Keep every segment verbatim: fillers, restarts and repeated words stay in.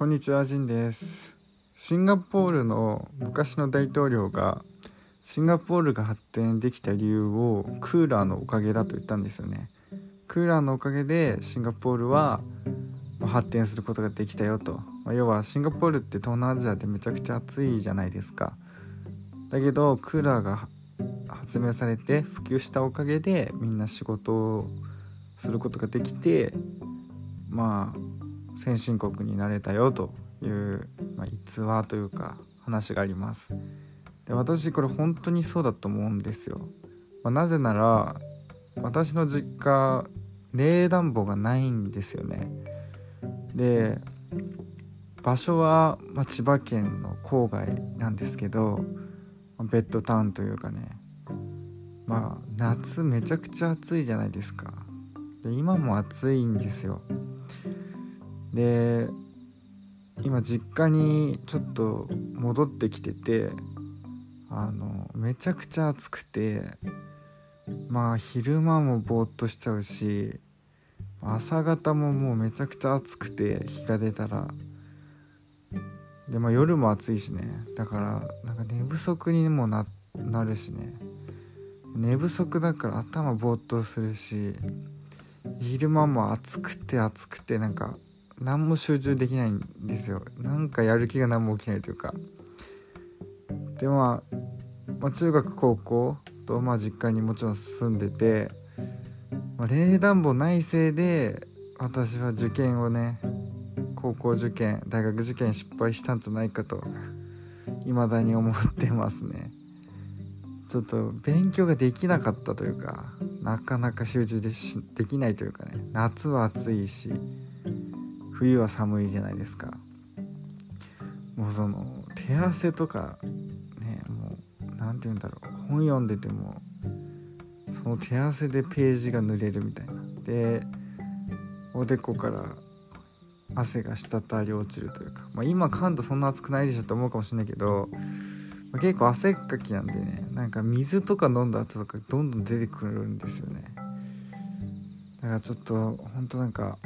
こんにちは、ジンです。シンガポールの昔の大統領がシンガポールが発展できた理由をクーラーのおかげだと言ったんですよね。クーラーのおかげでシンガポールは発展することができたよと、まあ、要はシンガポールって東南アジアでめちゃくちゃ暑いじゃないですか。だけどクーラーが発明されて普及したおかげでみんな仕事をすることができて、まあ先進国になれたよという、まあ、逸話というか話があります。で、私これ本当にそうだと思うんですよ。まあ、なぜなら私の実家冷暖房がないんですよね。で、場所は、まあ、千葉県の郊外なんですけど、ベッドタウンというかね、まあ夏めちゃくちゃ暑いじゃないですか。で、今も暑いんですよ。で、今実家にちょっと戻ってきてて、あのめちゃくちゃ暑くて、まあ昼間もぼーっとしちゃうし、朝方ももうめちゃくちゃ暑くて、日が出たらで、まあ夜も暑いしね。だからなんか寝不足にも な, なるしね寝不足だから頭ぼーっとするし、昼間も暑くて暑くてなんか何も集中できないんですよ。なんかやる気が何も起きないというか。で、まあ、まあ、中学高校と、まあ、実家にもちろん住んでて、まあ、冷暖房ないせいで私は受験をね、高校受験、大学受験失敗したんじゃないかと未だに思ってますね。ちょっと勉強ができなかったというか、なかなか集中でしできないというかね。夏は暑いし冬は寒いじゃないですか。もうその手汗とかね、もうなんて言うんだろう、本読んでてもその手汗でページが濡れるみたいな。で、おでこから汗が滴り落ちるというか、まあ、今関東そんな暑くないでしょと思うかもしれないけど、まあ、結構汗っかきなんでね、なんか水とか飲んだ後とかどんどん出てくるんですよね。だからちょっと本当なんか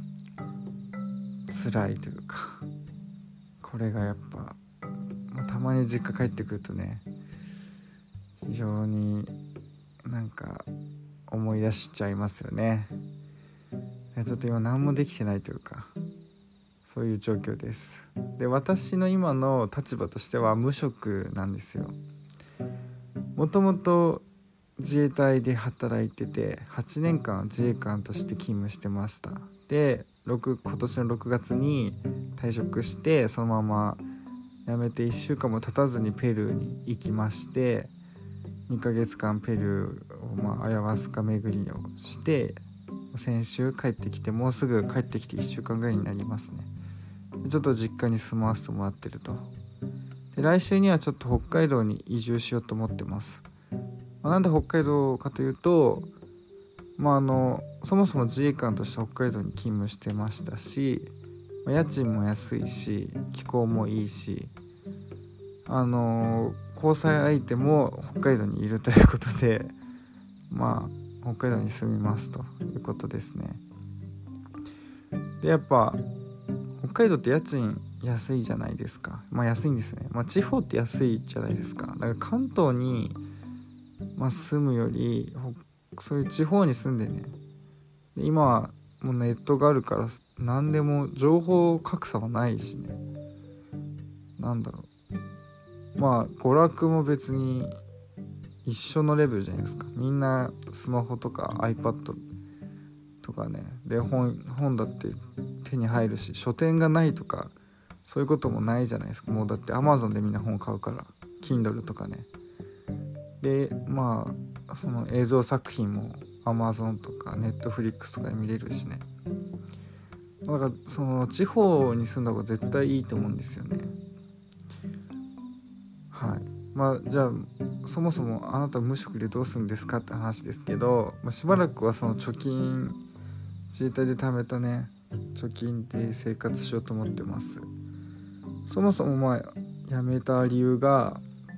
辛いというか、これがやっぱ、まあ、たまに実家帰ってくるとね、非常になんか思い出しちゃいますよね。ちょっと今何もできてないというか、そういう状況です。で、私の今の立場としては無職なんですよ。もともと自衛隊で働いててはちねんかん自衛官として勤務してました。で、今年のろくがつに退職して、そのまま辞めていっしゅうかんも経たずにペルーに行きまして、にかげつかんペルーを、まあ、アヤワスカ巡りをして、先週帰ってきて、もうすぐ帰ってきていっしゅうかんぐらいになりますね。ちょっと実家に住まわせてもらってると。で、来週にはちょっと北海道に移住しようと思ってます。まあ、なんで北海道かというと、まああのそもそも自衛官として北海道に勤務してましたし、まあ、家賃も安いし気候もいいし、あの交際相手も北海道にいるということで、まあ北海道に住みますということですね。で、やっぱ北海道って家賃安いじゃないですか。まあ安いんですね。まあ地方って安いじゃないですか。だから関東に、まあ、住むよりそういう地方に住んでね、で今はもうネットがあるから何でも情報格差はないしね。なんだろう、まあ娯楽も別に一緒のレベルじゃないですか。みんなスマホとか iPad とかね、で 本, 本だって手に入るし、書店がないとかそういうこともないじゃないですか。もうだって Amazon でみんな本買うから、 Kindle とかね。で、まあその映像作品も Amazon とか Netflix とかで見れるしね。だからその地方に住んだ方が絶対いいと思うんですよね。はい。まあじゃあそもそもあなた無職でどうするんですかって話ですけど、まあ、しばらくはその貯金、自衛隊で貯めたね貯金で生活しようと思ってます。そもそもまあ辞めた理由が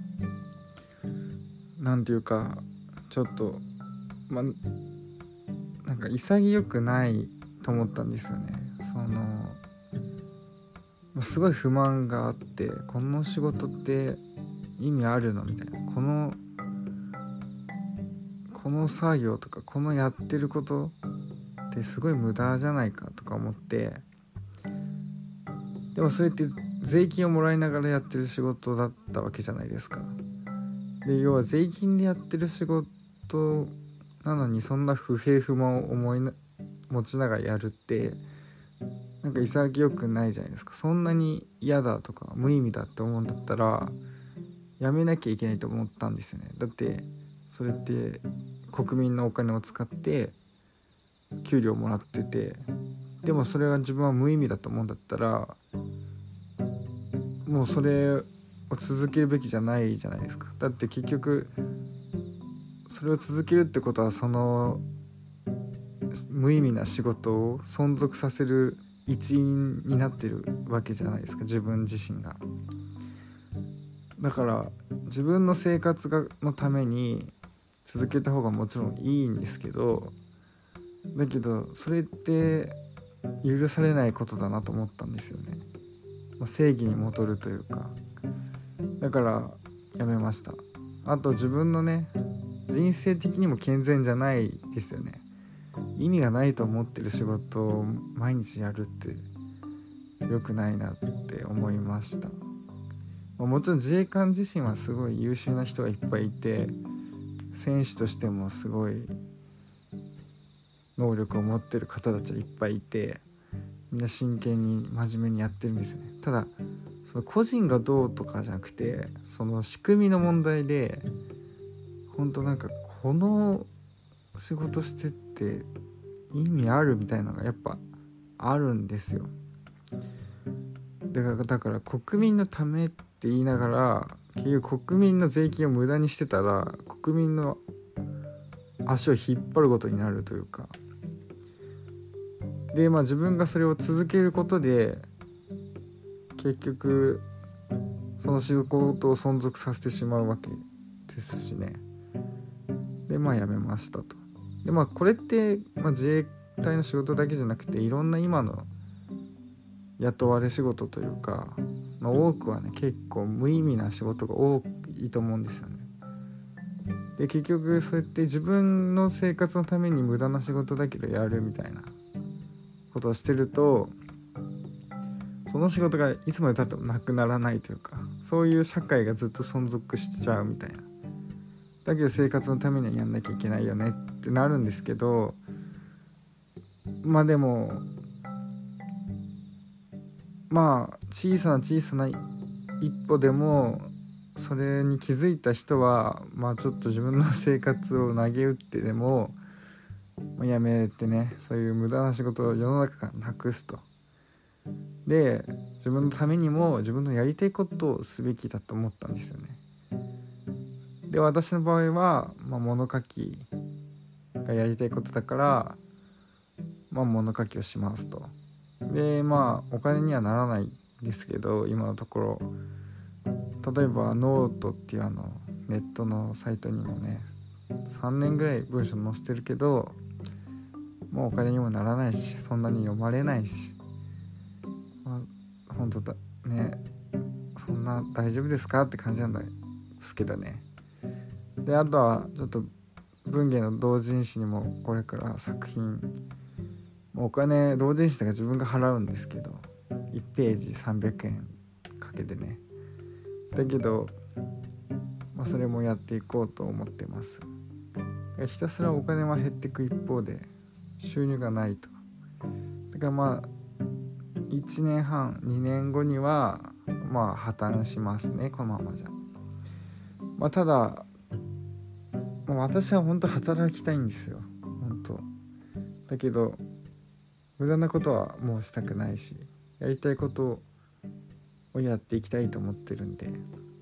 なんていうか、ちょっとまあなんか潔くないと思ったんですよね。そのすごい不満があって、この仕事って意味あるのみたいな、このこの作業とかこのやってることってすごい無駄じゃないかとか思って、でもそれって税金をもらいながらやってる仕事だったわけじゃないですか。で要は税金でやってる仕事なのにそんな不平不満を思いな持ちながらやるってなんか潔くないじゃないですか。そんなに嫌だとか無意味だって思うんだったらやめなきゃいけないと思ったんですよね。だってそれって国民のお金を使って給料もらってて、でもそれが自分は無意味だと思うんだったらもうそれを続けるべきじゃないじゃないですか。だって結局それを続けるってことはその無意味な仕事を存続させる一員になってるわけじゃないですか、自分自身が。だから自分の生活がのために続けた方がもちろんいいんですけど、だけどそれって許されないことだなと思ったんですよね。まあ、正義に戻るというか。だからやめました。あと自分のね人生的にも健全じゃないですよね。意味がないと思ってる仕事を毎日やるって良くないなって思いました。まあ、もちろん自衛官自身はすごい優秀な人がいっぱいいて、選手としてもすごい能力を持ってる方たちはいっぱいいて、みんな真剣に真面目にやってるんですよね。ただその個人がどうとかじゃなくて、その仕組みの問題で本当なんかこの仕事してって意味あるみたいなのがやっぱあるんですよ。だから、だから国民のためって言いながら結局国民の税金を無駄にしてたら国民の足を引っ張ることになるというか、でまあ自分がそれを続けることで結局その仕事を存続させてしまうわけですしね。でまあやめましたと。でまあこれって、まあ、自衛隊の仕事だけじゃなくていろんな今の雇われ仕事というかの多くはね結構無意味な仕事が多いと思うんですよね。で結局そうやって自分の生活のために無駄な仕事だけどやるみたいなことをしてると、その仕事がいつまでたってもなくならないというか、そういう社会がずっと存続しちゃうみたいな。だけど生活のためにはやんなきゃいけないよねってなるんですけど、まあでもまあ小さな小さな一歩でもそれに気づいた人はまあちょっと自分の生活を投げ打ってでもやめてね、そういう無駄な仕事を世の中からなくすと。で自分のためにも自分のやりたいことをすべきだと思ったんですよね。で私の場合は、まあ、物書きがやりたいことだから、まあ、物書きをしますと。でまあお金にはならないんですけど今のところ、例えばノートっていうあのネットのサイトにもねさんねんぐらい文章載せてるけど、もうお金にもならないしそんなに読まれないし、まあ、本当だね、そんな大丈夫ですかって感じなんですけどね。であとはちょっと文芸の同人誌にもこれから作品、お金同人誌とか自分が払うんですけどいちページさんびゃくえんかけてね。だけど、まあ、それもやっていこうと思ってます。ひたすらお金は減っていく一方で収入がないと。だからまあいちねんはんにねんごにはまあ破綻しますね、このままじゃ。まあただもう私は本当働きたいんですよ、本当。だけど無駄なことはもうしたくないし、やりたいことをやっていきたいと思ってるんで、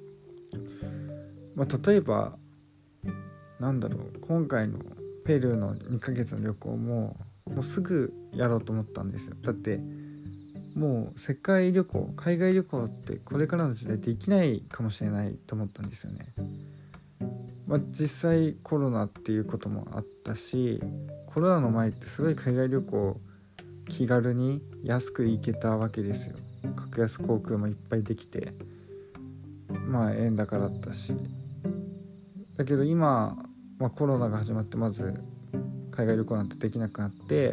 まあ例えばなんだろう、今回のペルーのにかげつの旅行ももうすぐやろうと思ったんですよ。だってもう世界旅行、海外旅行ってこれからの時代できないかもしれないと思ったんですよね。まあ、実際コロナっていうこともあったし、コロナの前ってすごい海外旅行気軽に安く行けたわけですよ。 格安航空もいっぱいできて、まあ円高だったし、だけど今、まあ、コロナが始まってまず海外旅行なんてできなくなって、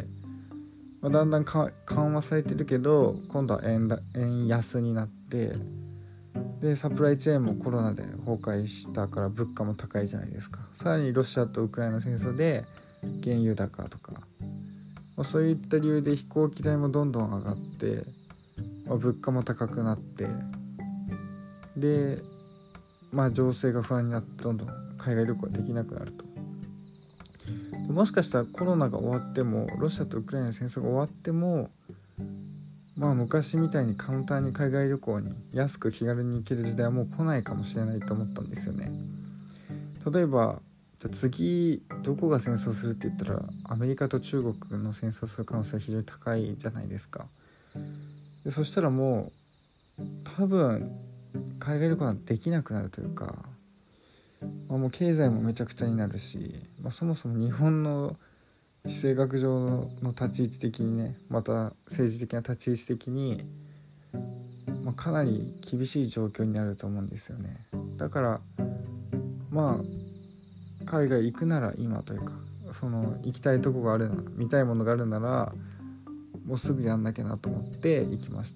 まあ、だんだんか緩和されてるけど今度は 円, だ円安になって、でサプライチェーンもコロナで崩壊したから物価も高いじゃないですか。さらにロシアとウクライナ戦争で原油高とか、まあ、そういった理由で飛行機代もどんどん上がって、まあ、物価も高くなって、でまあ情勢が不安になってどんどん海外旅行ができなくなると。もしかしたらコロナが終わっても、ロシアとウクライナの戦争が終わっても、まあ昔みたいに簡単に海外旅行に安く気軽に行ける時代はもう来ないかもしれないと思ったんですよね。例えばじゃあ次どこが戦争するって言ったらアメリカと中国の戦争する可能性は非常に高いじゃないですか。でそしたらもう多分海外旅行なんてできなくなるというか、まあ、もう経済もめちゃくちゃになるし、まあ、そもそも日本の地政学上の立ち位置的にね、また政治的な立ち位置的に、まあ、かなり厳しい状況になると思うんですよね。だからまあ海外行くなら今というか、その行きたいとこがあるなら、見たいものがあるならもうすぐやんなきゃなと思って行きました。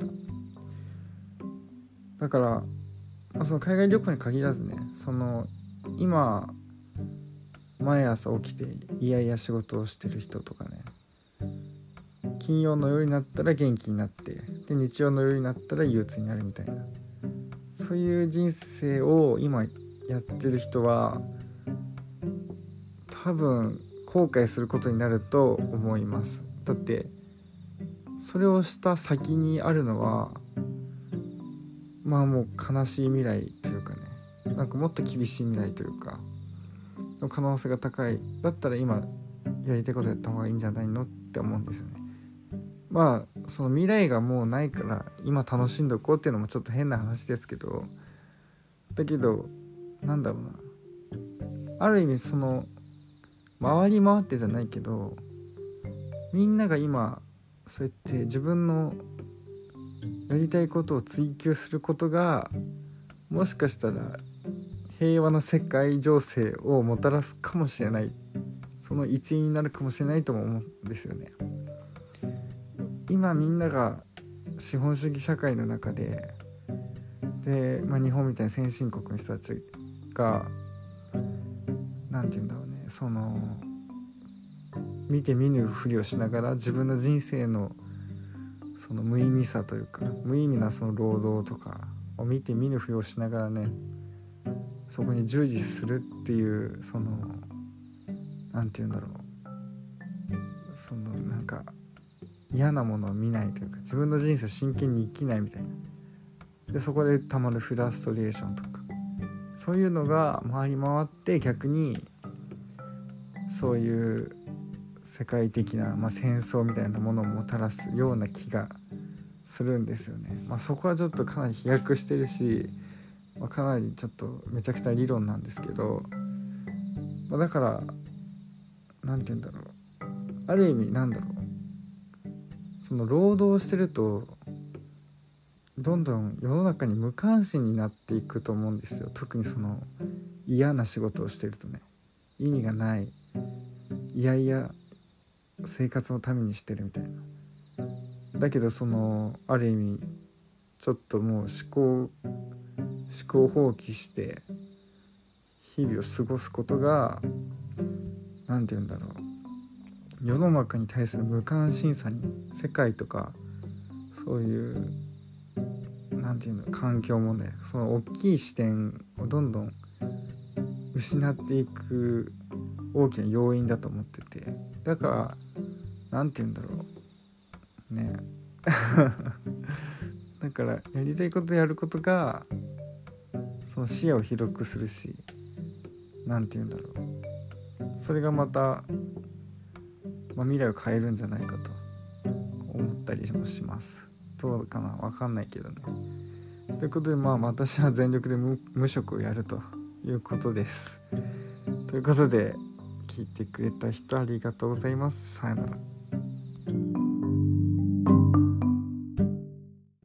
だから、まあ、その海外旅行に限らずね、その今毎朝起きていやいや仕事をしてる人とかね、金曜の夜になったら元気になって、で日曜の夜になったら憂鬱になるみたいな、そういう人生を今やってる人は多分後悔することになると思います。だってそれをした先にあるのはまあもう悲しい未来というかね、なんかもっと厳しい未来というかの可能性が高い。だったら今やりたいことやった方がいいんじゃないのって思うんですよね。まあその未来がもうないから今楽しんどこうっていうのもちょっと変な話ですけど、だけどなんだろうな、ある意味その回り回ってじゃないけど、みんなが今そうやって自分のやりたいことを追求することがもしかしたら平和な世界情勢をもたらすかもしれない、その一因になるかもしれないとも思うんですよね。今みんなが資本主義社会の中でで、まあ、日本みたいな先進国の人たちがなんて言うんだろうね、その見て見ぬふりをしながら自分の人生のその無意味さというか無意味なその労働とかを見て見ぬふりをしながらね、そこに従事するっていうそのなんて言うんだろう、そのなんか嫌なものを見ないというか自分の人生を真剣に生きないみたいな、でそこでたまるフラストレーションとかそういうのが回り回って逆にそういう世界的な、まあ、戦争みたいなものをもたらすような気がするんですよね。まあ、そこはちょっとかなり飛躍してるし、まあ、かなりちょっとめちゃくちゃ理論なんですけど、まあ、だからなんて言うんだろう、ある意味なんだろう、その労働してるとどんどん世の中に無関心になっていくと思うんですよ。特にその嫌な仕事をしてるとね、意味がない、いやいや生活のためにしてるみたいな。だけどそのある意味ちょっともう思考思考放棄して日々を過ごすことがなんて言うんだろう、世の中に対する無関心さに、世界とかそういうなんていうの環境問題、その大きい視点をどんどん失っていく大きな要因だと思ってて、だからなんて言うんだろうねだからやりたいことやることがその視野を広くするし、なんて言うんだろう、それがまた、まあ、未来を変えるんじゃないかと思ったりもします。どうかな、分かんないけどね。ということでまあ私は全力で 無, 無職をやるということです。ということで聞いてくれた人ありがとうございます。さよなら。